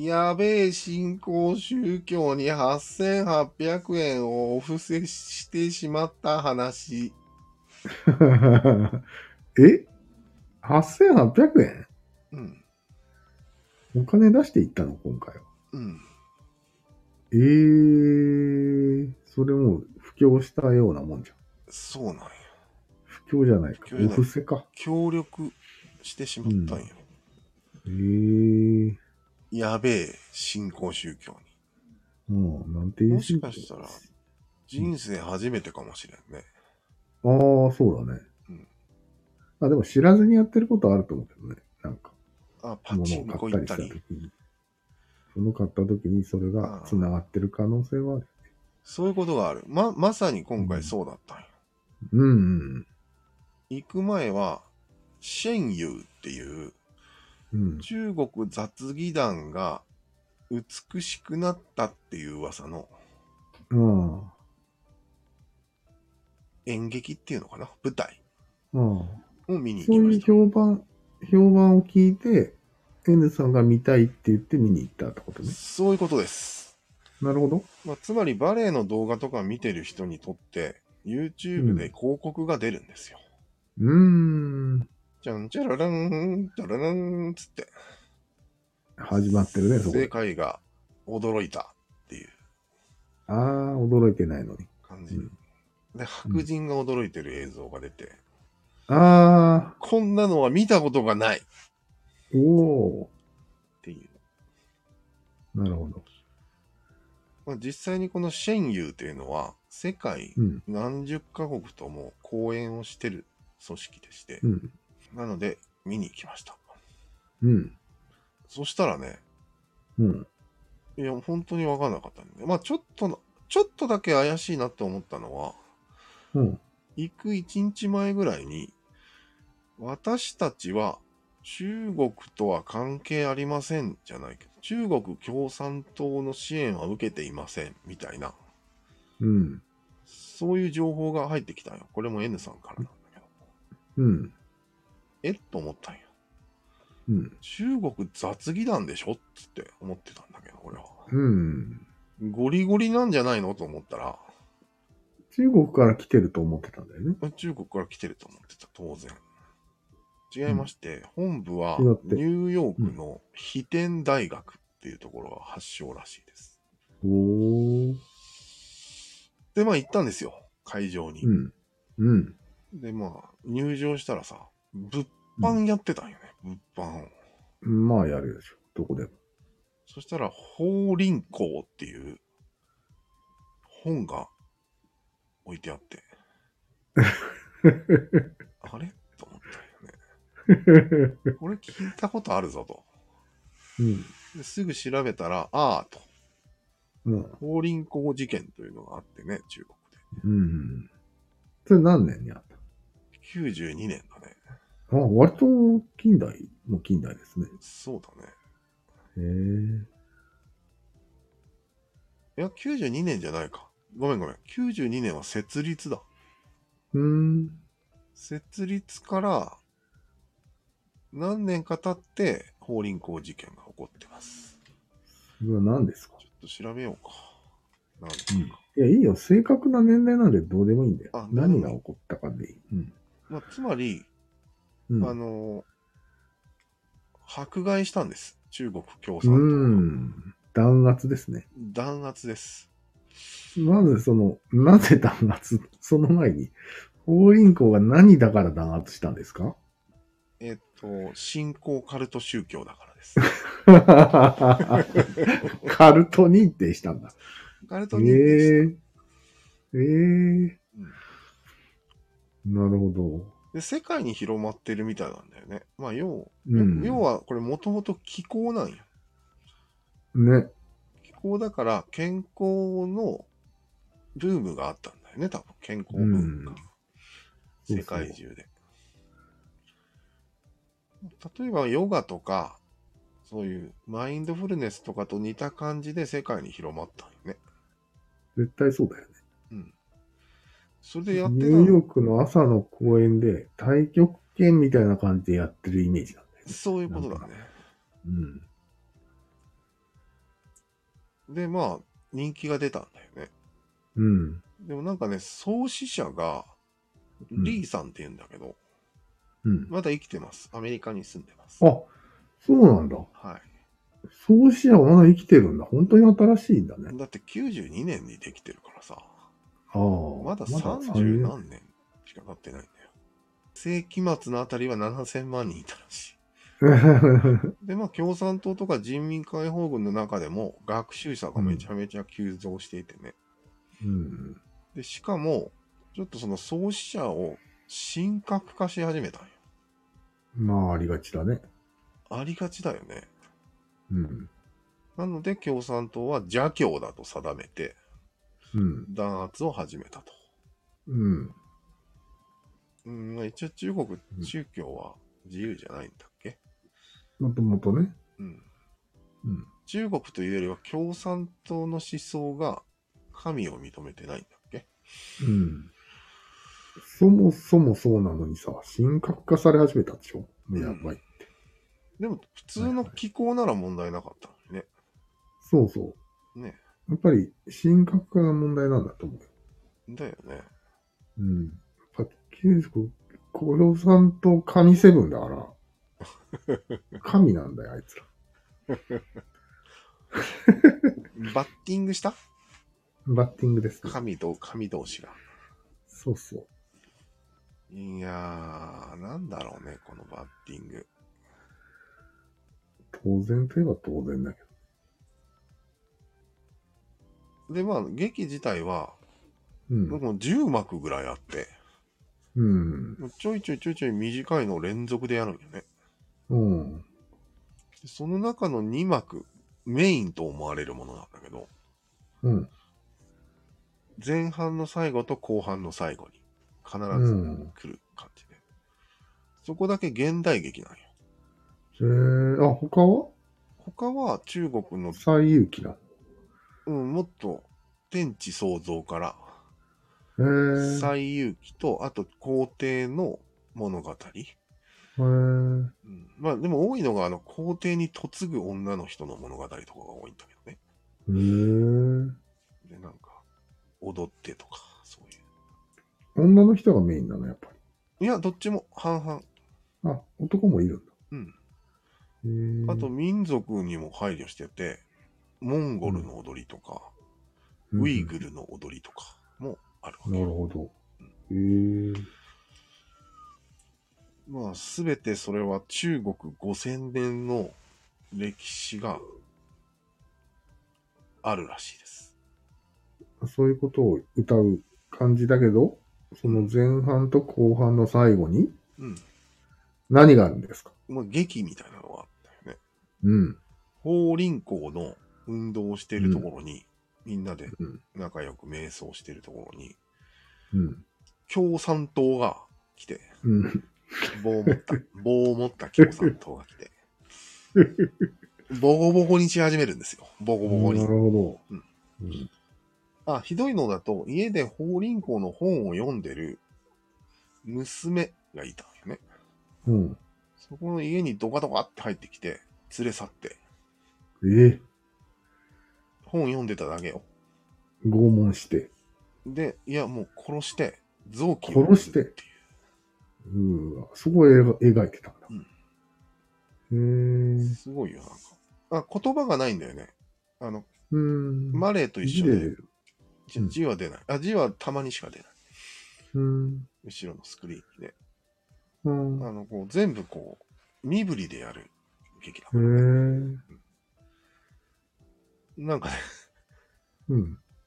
やべえ新興宗教に8800円をお布施してしまった話。 え ?8800 円うん。 お金出していったの今回は。 うん。 それもう布教したようなもんじゃん。 そうなんや。 布教じゃないか。お布教じゃない。 布施か。 協力してしまったんよ。やべえ新興宗教なんていに。 うもしかしたら人生初めてかもしれんね。 ああ、そうだね。 うん。 でも知らずにやってることあると思うけどね。なんか、 パチンコ行ったり。 その買った時にそれが繋がってる可能性はある。 そういうことがある。まさに今回そうだったんよ。行く前は、シェンユーっていう、中国雑技団が美しくなったっていう噂の、演劇っていうのかな、舞台を見に行きました。 そういう評判を聞いて、N さんが見たいって言って見に行ったってことね。 そういうことです。 なるほど。 つまりバレエの動画とか見てる人にとって、YouTube で広告が出るんですよ。じゃんちゃららん、ちゃららんつって。 始まってるね、そこで。 世界が驚いたっていう。 驚いてないのに。 感じ。で、白人が驚いてる映像が出て。こんなのは見たことがない。っていう。 なるほど。 実際にこのシェンユーというのは、世界何十カ国とも講演をしてる組織でして、なので見に行きました。そしたらね、いや、本当に分かんなかったんで、ちょっとだけ怪しいなって思ったのは、行く1日前ぐらいに、私たちは中国とは関係ありませんじゃないけど、中国共産党の支援は受けていませんみたいな、そういう情報が入ってきたよ。これも N さんからなんだけど。と思ったんよ。中国雑技団でしょって思ってたんだけど、俺は。ゴリゴリなんじゃないのと思ったら。 中国から来てると思ってたんだよね。 中国から来てると思ってた、当然。違いまして、本部はニューヨークの飛天大学っていうところが発祥らしいです。で、行ったんですよ、会場に。で、入場したらさ、物販やってたんよね、物販を。 やるでしょ、どこでも。 そしたら、法輪功っていう本が置いてあって。あれと思ったよね。これ聞いたことあるぞと。ですぐ調べたら、と。法輪功事件というのがあってね、中国で。 それ何年にあった ?92 年だね。 割と近代ですね。 そうだね。いや、92年じゃないか。ごめん。92年は設立だ。設立から何年か経って法輪功事件が起こってます。 それは何ですか？ ちょっと調べようか。 いや、いいよ。正確な年齢なんでどうでもいいんだよ。何が起こったかでいい。 つまり、迫害したんです。中国共産党が。弾圧ですね。 弾圧です。 まずなぜ弾圧その前に、法輪功が何だから弾圧したんですか？ 新興カルト宗教だからです。 カルト認定したんだ。 カルト認定した。 なるほど。 で、世界に広まってるみたいなんだよね。要は、これもともと気候なんよ。 ね。 気候だから、健康のブームがあったんだよね、多分。健康ブームが。世界中で。例えば、ヨガとか、そういうマインドフルネスとかと似た感じで世界に広まったんよね。 絶対そうだよね。 それでやってたニューヨークの朝の公園で太極拳みたいな感じでやってるイメージなんだよね。 そういうことだね。 で、まあ、人気が出たんだよね。 うん。 でもなんかね、創始者が、リーさんって言うんだけど、 うん。 まだ生きてます。アメリカに住んでます。 あ、そうなんだ。 はい。 創始者はまだ生きてるんだ。本当に新しいんだね。 だって92年にできてるからさ、 ああ、 まだまだ 30 30 何年しか経ってないんだよ。世紀末のあたりは7000万人いたらしい。 年。 で、まあ、共産党とか人民解放軍の中でも学習者がめちゃめちゃ急増していてね。 うん。 で、しかも、ちょっとその創始者を神格化し始めたんよ。 まあ、ありがちだね。 ありがちだよね。 うん。 なので、共産党は邪教だと定めて、 うん。 弾圧を始めたと。 うん。 一応中国、宗教は自由じゃないんだっけ？ もともとね。 うん。 うん。 中国というよりは共産党の思想が神を認めてないんだっけ？ うん。そもそもそうなのにさ、神格化され始めたでしょ。やばいって。 でも、普通の気候なら問題なかったのにね。 そうそね。 う。やっぱり神格化が問題なんだと思う。 だよね。 うん。やっぱ共産党神セブンだから。神なんだよ、あいつら。 バッティングしたバッティングですね。 神同士が。 そうそう。 いやー、なんだろうね、このバッティング。 当然といえば当然だけで、まあ、劇自体は、 ど。うん。 もう10幕ぐらいあって、 うん。 ちょいちょい短いのを連続でやるんよね。 うん。 その中の2幕、メインと思われるものなんだけど、 うん。 前半の最後と後半の最後に必ず来る感じで。そこだけ現代劇なんよ。 他は他は中国の、 西遊記だ。 もっと天地創造からー、 西遊記と、あと皇帝の物語。まあでも多いのが皇帝に嫁ぐ女の人の物語とかが多いんだけどね。で、なんか踊ってとか、そうい女の人がメインなの、やっぱう。いや、どっちも半々。 り。あ、男もいるんだ。 うん。あと民族にも配慮してて、モンゴルの踊りとか、ウイグルの踊りとかもあるわけ。 なるほど。 まあ、すべてそれは中国5000年の歴史があるらしいです。 そういうことを歌う感じだけど、その前半と後半の最後に、何があるんですか？ まあ、劇みたいなのがあったよね。 うん。 法輪功の運動をしているところに、みんなで仲良く瞑想しているところに、共産党が来て、棒を持った共産党が来て、ボコボコにし始めるんですよ。ボコボコに。 なるほど。ひどいのだと、家で法輪功の本を読んでる娘がいたんよね。そこの家にドカドカって入ってきて、連れ去って。本読んでただけよ。 拷問して。 で、いや、もう殺して、臓器を殺してっていう。そこを描いてたんだ。 すごいよ、なんか。言葉がないんだよね。マレーと一緒で、字は出ない。字はたまにしか出ない。後ろのスクリーンで。こう全部こう、身振りでやる劇だからね。なんかね、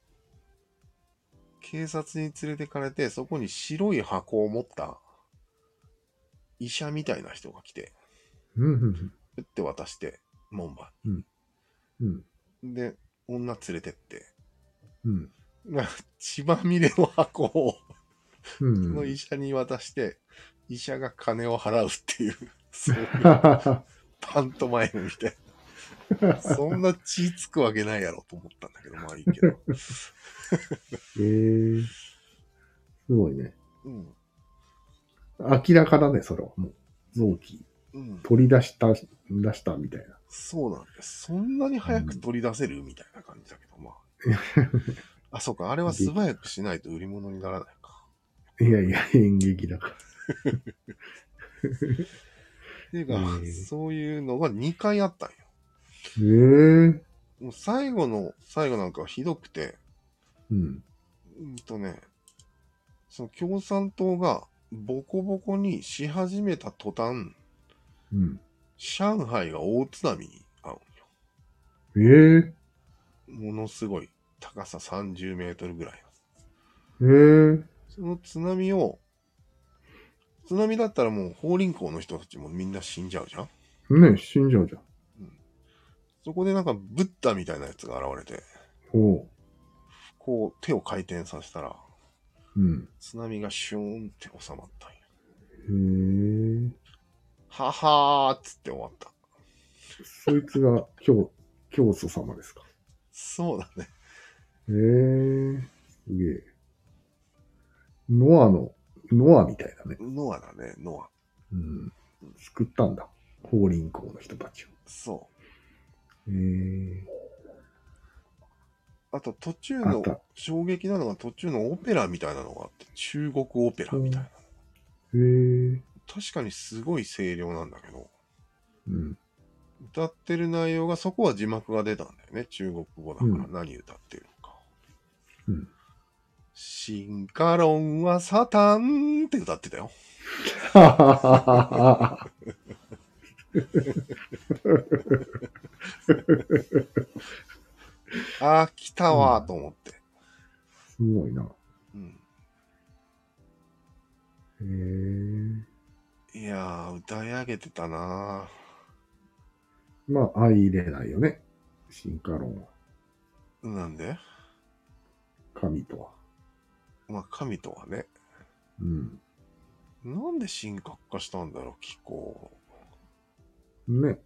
警察に連れてかれて、そこに白い箱を持った医者みたいな人が来て、って渡して、門番に。で、女連れてって、血まみれの箱をその医者に渡して、医者が金を払うっていう、そういうパントマイムみたいな。そんな血つくわけないやろと思ったんだけど、まあいいけど。 すごいね。明らかだね、それは。もう、臓器。 取り出したみたいな。 そうなんです。そんなに早く取り出せる、みたいな感じだけど、まあ。あ、そうか。あれは素早くしないと売り物にならないか。 いやいや、演劇だから。 っていうか、そういうのが2回あったんよ。もう最後なんかはひどくて、その共産党がボコボコにし始めた途端、上海が大津波に遭うんよ。ものすごい高さ30メートルぐらいの。その津波だったらもう法輪功の人たちもみんな死んじゃうじゃん。 ね、死んじゃうじゃん。 そこでなんかブッダみたいなやつが現れて、こう手を回転させたら、津波がシューンって収まったんや。ははーっつって終わった。 そいつが教祖様ですか。 そうだね。 すげえ。ノアみたいだね。 ノアだね、ノア。 救ったんだ。法輪功の人たちを。 そう。あと途中の衝撃なのが途中のオペラみたいなのがあって、中国オペラみたいな。確かにすごい声量なんだけど、歌ってる内容がそこは字幕が出たんだよね。中国語だから何歌ってるのか。進化論はサタンって歌ってたよ。ああ、来たわーと思って。 すごいな。 いやー、歌い上げてたなー。まあ、相入れないよね。進化論は。 なんで？ 神とは。 まあ、神とはね。なんで神格化したんだろう、気候。 ね。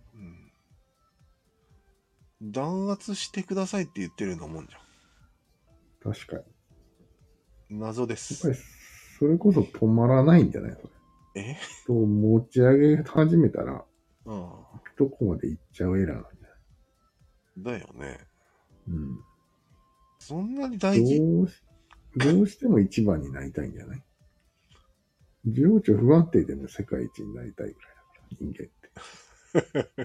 弾圧してくださいって言ってるようなもんじゃん。確かに。謎です。 やっぱり、それこそ止まらないんじゃないそれ。と持ち上げ始めたら、どこまで行っちゃうエラーなんじゃないだよね。そんなに大事？ どうしても一番になりたいんじゃない？情緒不安定でも世界一になりたいぐらいだから、人間って。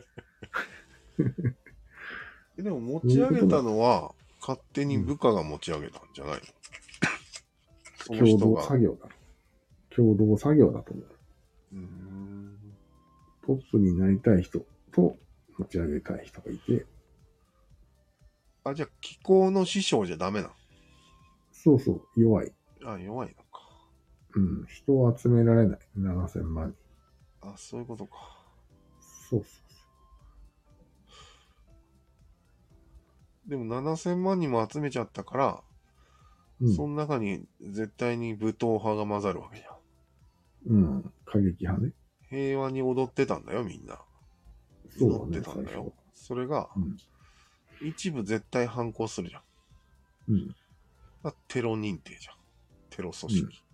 でも持ち上げたのは勝手に部下が持ち上げたんじゃないの？ 共同作業だ。共同作業だと思う。トップになりたい人と持ち上げたい人がいて。 あ、じゃあ気候の師匠じゃダメなの？ そうそう、弱い。 あ、弱いのか。 人を集められない。7000万人。あ、そういうことか。 そう。 でも7000万人も集めちゃったから、その中に絶対に武闘派が混ざるわけじゃん。過激派ね。 平和に踊ってたんだよ、みんな。踊ってたんだよ。それが、一部絶対反抗するじゃん。テロ認定じゃん。テロ組織。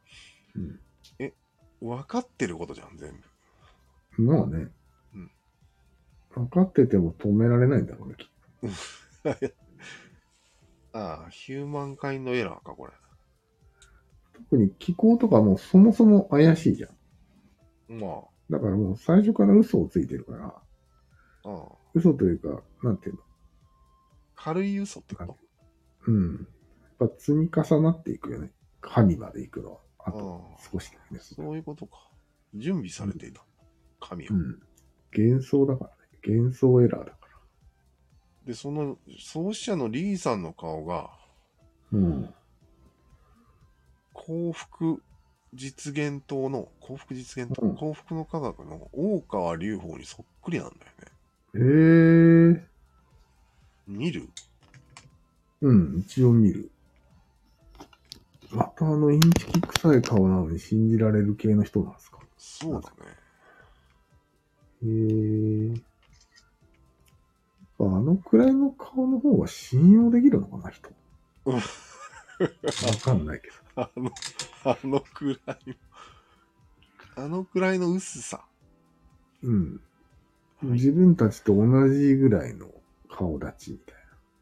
分かってることじゃん、全部。まあね。分かってても止められないんだろうね、きっと。ああ、ヒューマンカインドエラーか、これ。 特に気候とかもそもそも怪しいじゃん。 まあ。 だからもう最初から嘘をついてるから。嘘というか、なんていうの。 軽い嘘ってこと？ やっぱ積み重なっていくよね。神まで行くのは。あと少しだよね。 そういうことか。準備されていた。神は。 幻想だからね。幻想エラーだから。 で、その創始者のリーさんの顔が、幸福実現党の、幸福の科学の大川隆法にそっくりなんだよね。見る？ 一応見る。またインチキ臭い顔なのに信じられる系の人なんですか？ そうだね。 あのくらいの顔の方が信用できるのかな、人。わかんないけど。 あのくらいの薄さ。 うん。はい、自分たちと同じぐらいの顔立ちみたいな。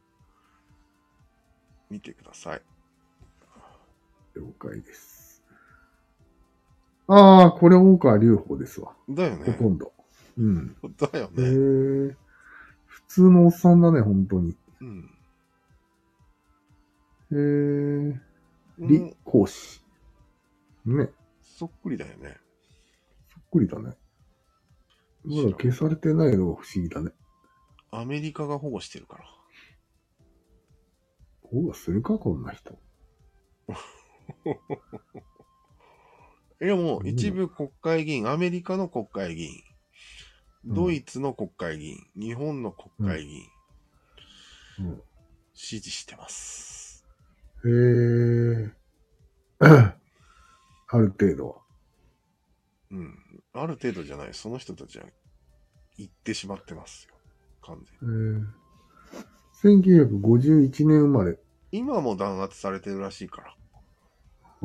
見てください。 了解です。ああ、これ大川隆法ですわ。 だよね。 ほとんど。うん。 だよね。 普通のおっさんだね、本当に。 うん。 李光氏。ね。 そっくりだよね。 そっくりだね。まだ消されてないのが不思議だね。 アメリカが保護してるから。 保護するか、こんな人。 いやもう一部国会議員、アメリカの国会議員、ドイツの国会議員、日本の国会議員、支持してます。 ある程度は。 うん。ある程度じゃない。その人たちは言ってしまってますよ。完全に。1951年生まれ。 今も弾圧されてるらしいから。 うん。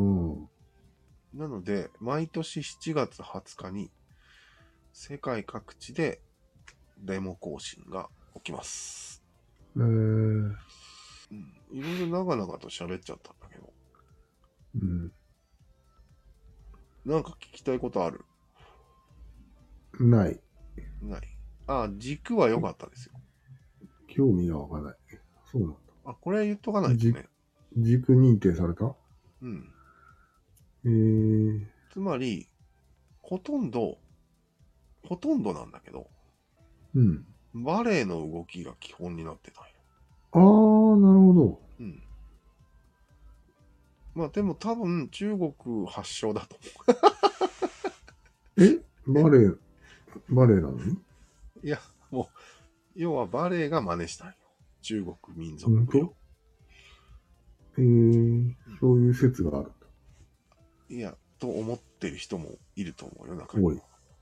なので、毎年7月20日に世界各地でデモ行進が起きます。いろいろ長々と喋っちゃったんだけど。 うん。 なんか聞きたいことある？ ない。 ない。あ、軸は良かったですよ。 興味がわかんない。そうなんだ。 あ、これは言っとかないとね。 軸認定された？ うん。つまり、ほとんどなんだけど、 うん。 バレエの動きが基本になってたんよ。 あー、なるほど。 うん。まあでも多分中国発祥だと思う。バレエなのに？ いや、もう、要はバレエが真似したんよ。中国民族舞踊。 そういう説があるんだ。 いや、と思ってる人もいると思うよ、中には。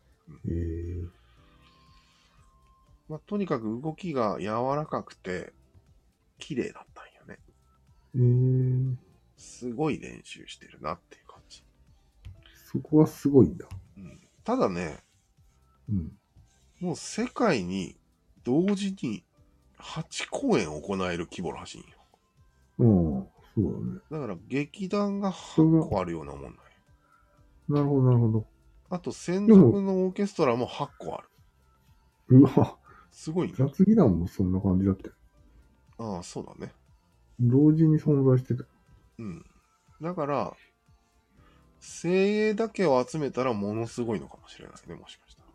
まあ、とにかく動きが柔らかくて、綺麗だったんよね。すごい練習してるなっていう感じ。 そこはすごいんだ。 うん、ただね、もう世界に同時に8公演行える規模らしいんよ。 そうだね。 だから劇団が8個あるようなもんなんよ。 なるほど、なるほど。 あと専属のオーケストラも8個ある。 うわ。 すごいね。 雑技団もそんな感じだったよ。 ああ、そうだね。 同時に存在してた。 うん。だから、精鋭だけを集めたらものすごいのかもしれないね、もしかしたら。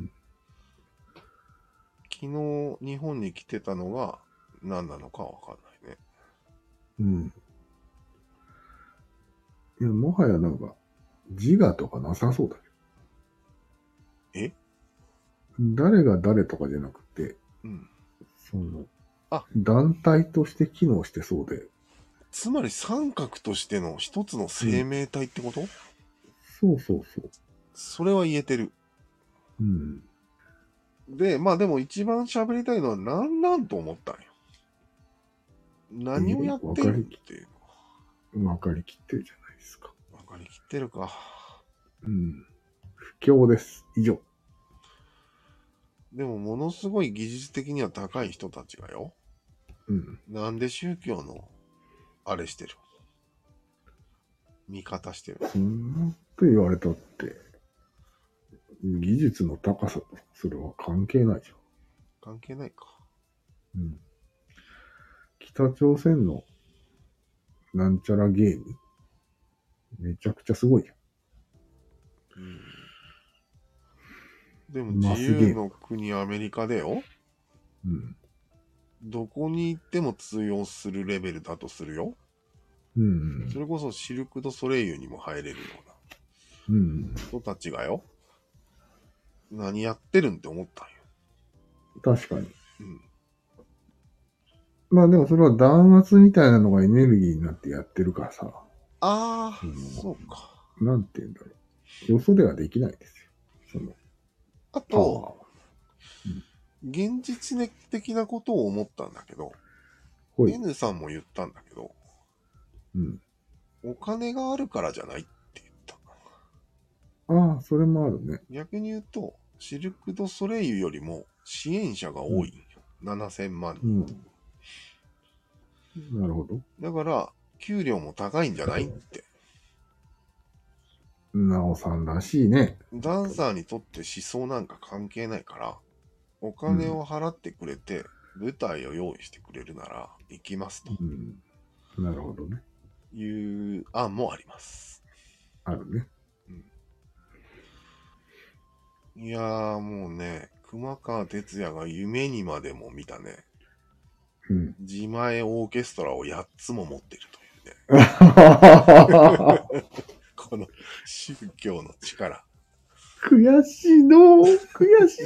昨日日本に来てたのが何なのかわかんないね。 いや、もはやなんか、自我とかなさそうだけど。 誰が誰とかじゃなくて、団体として機能してそうで。 つまり三角としての一つの生命体ってこと？ そうそうそう。 それは言えてる。で、まあでも一番喋りたいのは何なんと思ったんよ。何をやってるっていうの。分かりきってるじゃないですか。 分かりきってるか。 不況です。以上。 でもものすごい技術的には高い人たちがよ。なんで宗教のあれしてる？味方してる？ そんなこと言われたって、技術の高さとそれは関係ないじゃん。 関係ないか。 北朝鮮のなんちゃらゲーム、めちゃくちゃすごいよ。 でも自由の国アメリカでよ。どこに行っても通用するレベルだとするよ。それこそシルク・ド・ソレイユにも入れるような人たちがよ。何やってるんって思ったんよ。 確かに。まあでもそれは弾圧みたいなのがエネルギーになってやってるからさ。 ああ、そうか。 なんて言うんだろう。よそではできないですよ。 あと、現実的なことを思ったんだけど、N さんも言ったんだけど、お金があるからじゃないって言った。 ああ、それもあるね。 逆に言うと、 シルク・ドゥ・ソレイユよりも支援者が多いんよ。7000万人。 なるほど。 だから、給料も高いんじゃないって。 なおさんらしいね。 ダンサーにとって思想なんか関係ないから、お金を払ってくれて、舞台を用意してくれるなら行きますと。 なるほどね。 いう案もあります。 あるね。 いやーもうね、熊川哲也が夢にまでも見たね、自前オーケストラを8つも持っているというね。この宗教の力。 悔しいの悔し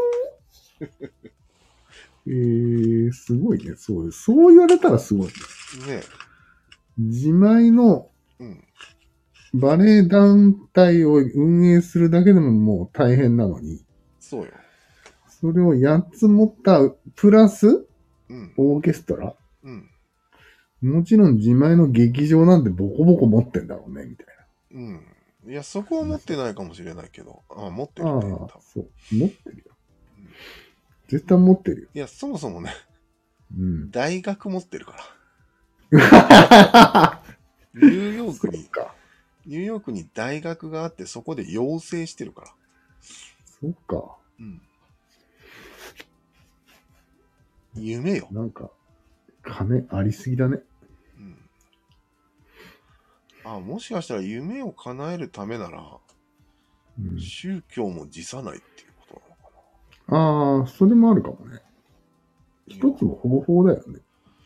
いのすごいね。そう言われたらすごいね。自前のバレエ団体を運営するだけでももう大変なのに。 そうよ。 それを8つ持ったプラス、オーケストラ、もちろん自前の劇場なんてボコボコ持ってんだろうね、みたいな。いや、そこは持ってないかもしれないけど、持ってるね。 そう。持ってるよ。絶対持ってるよ。 いや、そもそもね、大学持ってるから。ニューヨークに大学があって、そこで養成してるから。 そっか。 夢よ。 なんか、金ありすぎだね。 もしかしたら夢を叶えるためなら、宗教も辞さないっていうことなのかな。それもあるかもね。一つの方法だよね。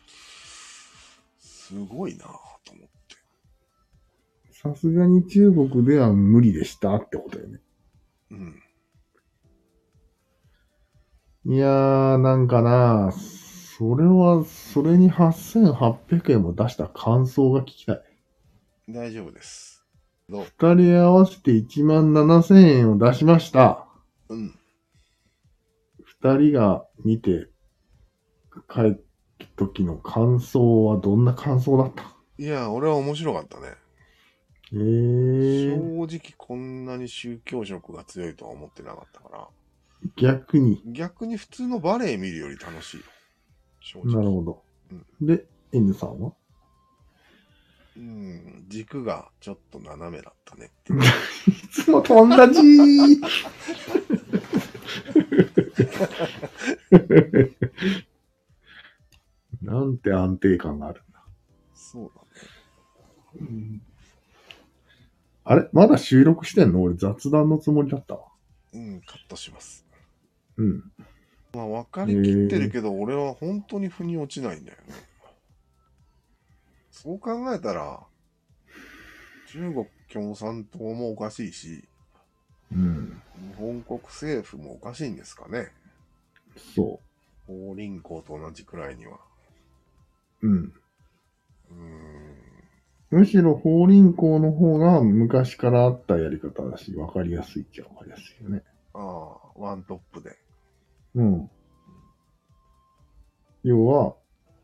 すごいなぁと思って。 さすがに中国では無理でしたってことよね。いやー、なんかな、それに8800円も出した感想が聞きたい。 大丈夫です。 二人合わせて17000円を出しました。二人が見て帰った時の感想はどんな感想だった？ いや、俺は面白かったね。正直こんなに宗教色が強いとは思ってなかったから。逆に普通のバレエ見るより楽しいよ。 正直。なるほど。で、N さんは？ 軸がちょっと斜めだったね。 いつもと同じなんて安定感があるんだ。 そうだね。 あれまだ収録してんの？俺雑談のつもりだったわ。 カットします。まあ分かりきってるけど、俺は本当に腑に落ちないんだよね。そう考えたら、中国共産党もおかしいし、日本国政府もおかしいんですかね。 そう。 法輪功と同じくらいには。 むしろ法輪功の方が昔からあったやり方だし、分かりやすいっちゃ分かりやすいよね。 ワントップで。 要は、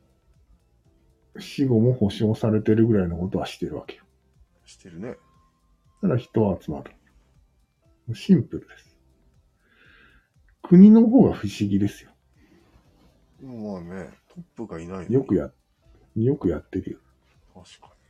死後も保証されてるぐらいのことはしてるわけよ。 してるね。 ただ人は集まる。シンプルです。国の方が不思議ですよ。 まあね、トップがいないのに。 よくやってるよ。 確かに。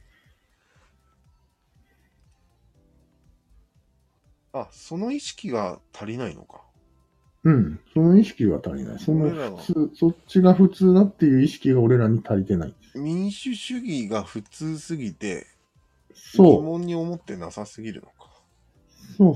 その意識が足りないのか。 その意識が足りない。そっちが普通だっていう意識が俺らに足りてない。 民主主義が普通すぎて、疑問に思ってなさすぎるのか。 そう。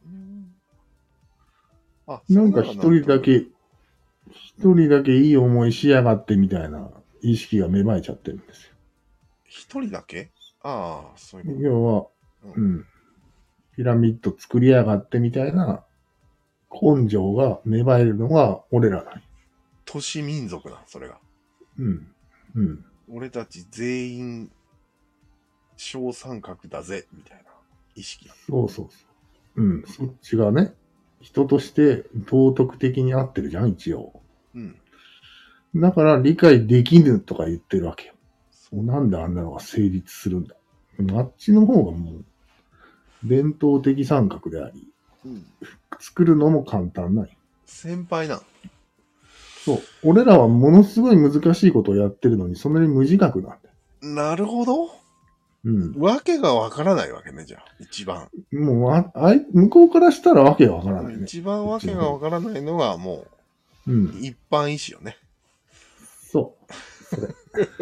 なんか一人だけいい思いしやがってみたいな意識が芽生えちゃってるんですよ。 一人だけ？そういうこと。 要は、ピラミッド作りやがってみたいな根性が芽生えるのが俺らだ。 都市民族だ、それが。俺たち全員小三角だぜ、みたいな意識。 そう。そっちがね、人として道徳的に合ってるじゃん、一応。だから理解できぬとか言ってるわけよ。なんであんなのが成立するんだ。あっちの方がもう伝統的三角であり、 作るのも簡単ない。 先輩なん。 そう。俺らはものすごい難しいことをやってるのに、そんなに無自覚なんだよ。 なるほど。 うん。 わけがわからないわけね、じゃあ。一番。 もう、向こうからしたらわけがわからないね。 一番わけがわからないのがもう、一般医師よね。 そう。それ。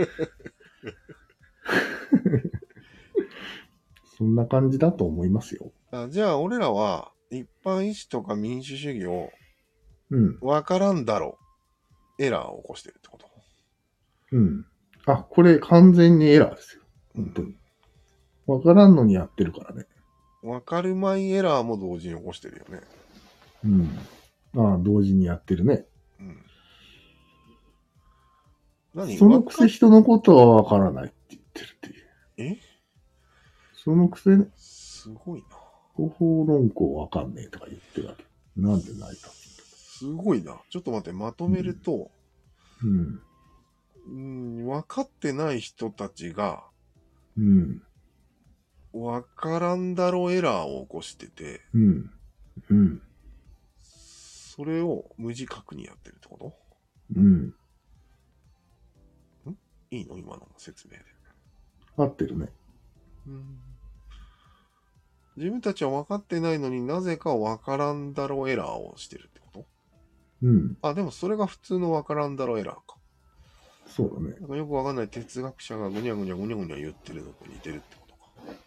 そんな感じだと思いますよ。 じゃあ、俺らは、一般医師とか民主主義を、わからんだろう、エラーを起こしてるってこと。 うん。あ、これ完全にエラーですよ。本当に。わからんのにやってるからね。 わかるまいエラーも同時に起こしてるよね。 うん。ああ、同時にやってるね。うん。そのくせ人のことはわからないって言ってるっていう。え？そのくせね。 すごいな。 方法論考わかんねえとか言ってるわけ。なんでないか。 すごいな。ちょっと待って、まとめると、分かってない人たちが、わからんだろエラーを起こしてて、それを無自覚にやってるってこと？いいの今の説明で。 合ってるね。 自分たちは分かってないのになぜか分からんだろエラーをしてるってこと？でもそれが普通の分からんだろエラーか。 そうだね。 なんかよく分かんない哲学者がぐにゃぐにゃぐにゃぐにゃ言ってるのと似てるってことか。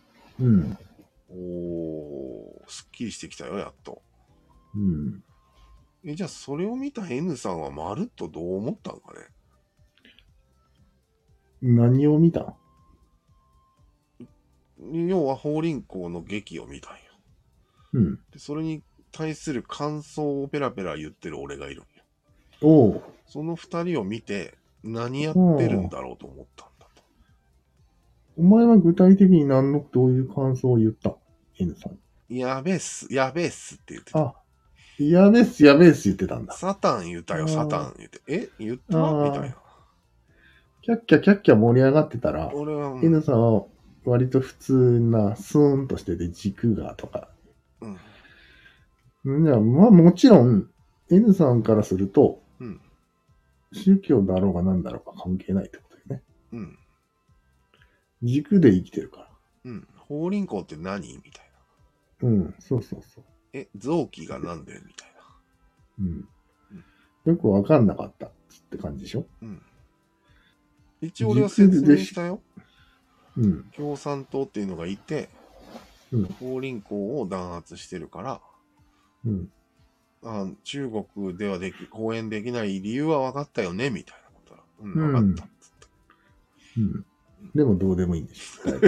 すっきりしてきたよ、やっと。じゃあそれを見た N さんはまるっとどう思ったんかね？ 何を見た？ 要は法輪功の劇を見たんよ。でそれに対する感想をペラペラ言ってる俺がいるんよ。その二人を見て何やってるんだろうと思ったんだと。 お前は具体的にどういう感想を言った？ N さん。 やべえっす、やべえっすって言ってた。 やべえっす、やべえっす言ってたんだ。 サタン言ったよ、サタン言って。言ったみたいな。 キャッキャキャッキャ盛り上がってたら、N さんは割と普通な、スーンとしてて軸がとか。じゃあ、まあもちろん、N さんからすると、宗教だろうが何だろうが関係ないってことよね。軸で生きてるから。 法輪功って何みたいな。そうそうそう。 臓器がなんでみたいな。よくわかんなかったって感じでしょ？ 一応俺は説明したよ。共産党っていうのがいて、法輪功を弾圧してるから、中国では講演できない理由は分かったよねみたいなことだ。分かったっつって。 でもどうでもいいんでし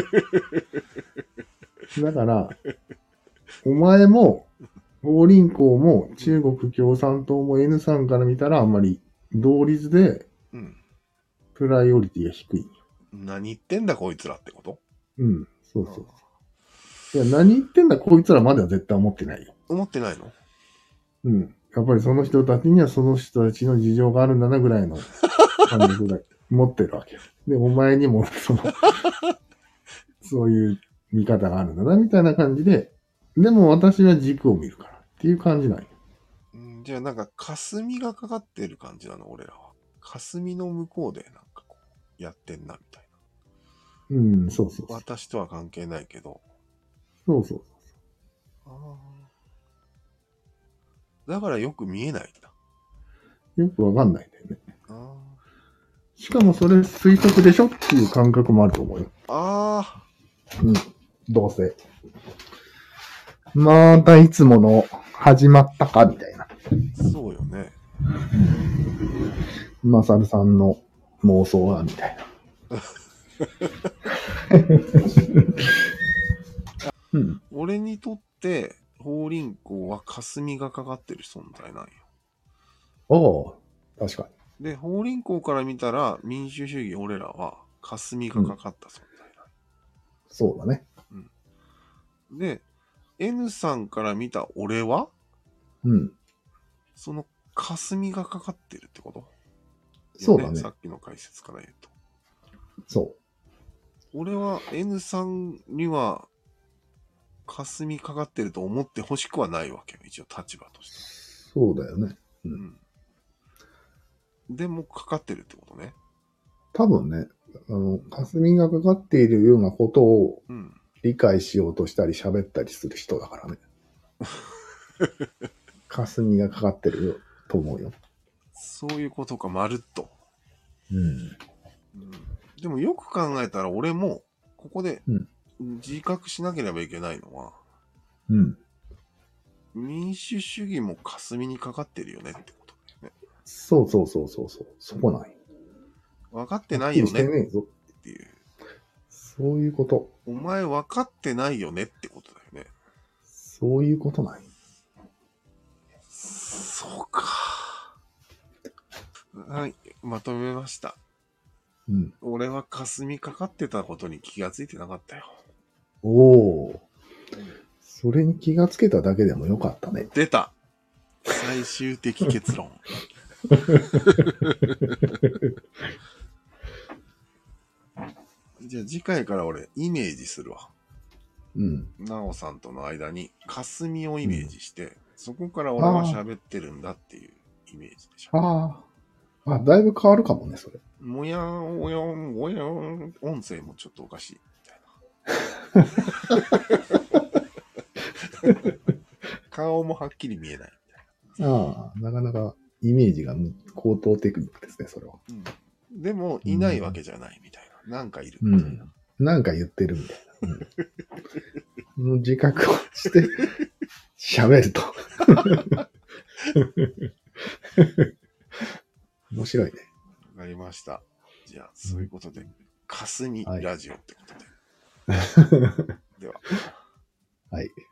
ょ。だから、お前も、法輪功も中国共産党も N さんから見たらあんまり同率で、プライオリティが低い。 何言ってんだこいつらってこと？ そうそう。いや、何言ってんだこいつらまでは絶対思ってないよ。 思ってないの？ やっぱりその人たちにはその人たちの事情があるんだなぐらいの感覚が持ってるわけよ。で、お前にもそういう見方があるんだなみたいな感じで、でも私は軸を見るからっていう感じなんよ。 じゃあなんか霞がかかってる感じなの俺らは。霞の向こうでなんかこうやってんなみたいな。そうそう。 私とは関係ないけど。 そうそう。 だからよく見えないんだ。 よくわかんないんだよね。しかもそれ推測でしょっていう感覚もあると思うよ。どうせ。またいつもの始まったかみたいな。 そうよね。 マサルさんの妄想はみたいな。 俺にとって法輪功は霞がかかってる存在なんよ。確かに。で、法輪功から見たら民主主義俺らは霞がかかった存在なんそうだね。 で、N さんから見た俺はその霞がかかってるってこと？ そうだね。 さっきの解説から言うと。 そう。 俺は N さんには霞かかってると思ってほしくはないわけよ、一応立場として。 そうだよね。 うん。でもかかってるってことね。 多分ね、霞がかかっているようなことを理解しようとしたり喋ったりする人だからね。霞がかかってるよと思うよ。 そういうことか、まるっと。 うん。 でもよく考えたら俺もここで自覚しなければいけないのは、うん、民主主義も霞にかかってるよねってことだよね。 そう。そこない。 分かってないよねっていう。 そういうこと。 お前分かってないよねってことだよね。 そういうことない。 そうか。はい、まとめました。うん。俺は霞かかってたことに気がついてなかったよ。 おお。それに気がつけただけでもよかったね。 出た。最終的結論。じゃあ次回から俺イメージするわ。うん。なおさんとの間に霞をイメージして、そこから俺は喋ってるんだっていうイメージでしょ。 あ、だいぶ変わるかもね、それ。 もやん、おやん、おやん、音声もちょっとおかしいみたいな。顔もはっきり見えないみたいな。なかなかイメージが高等テクニックですね、それは。 うん、でも、いないわけじゃないみたいな。なんかいるみたいな。 なんか言ってるみたいな。の自覚をして喋ると。面白いね。 わかりました。じゃあ、そういうことで、霞ラジオってことで。 では。はい。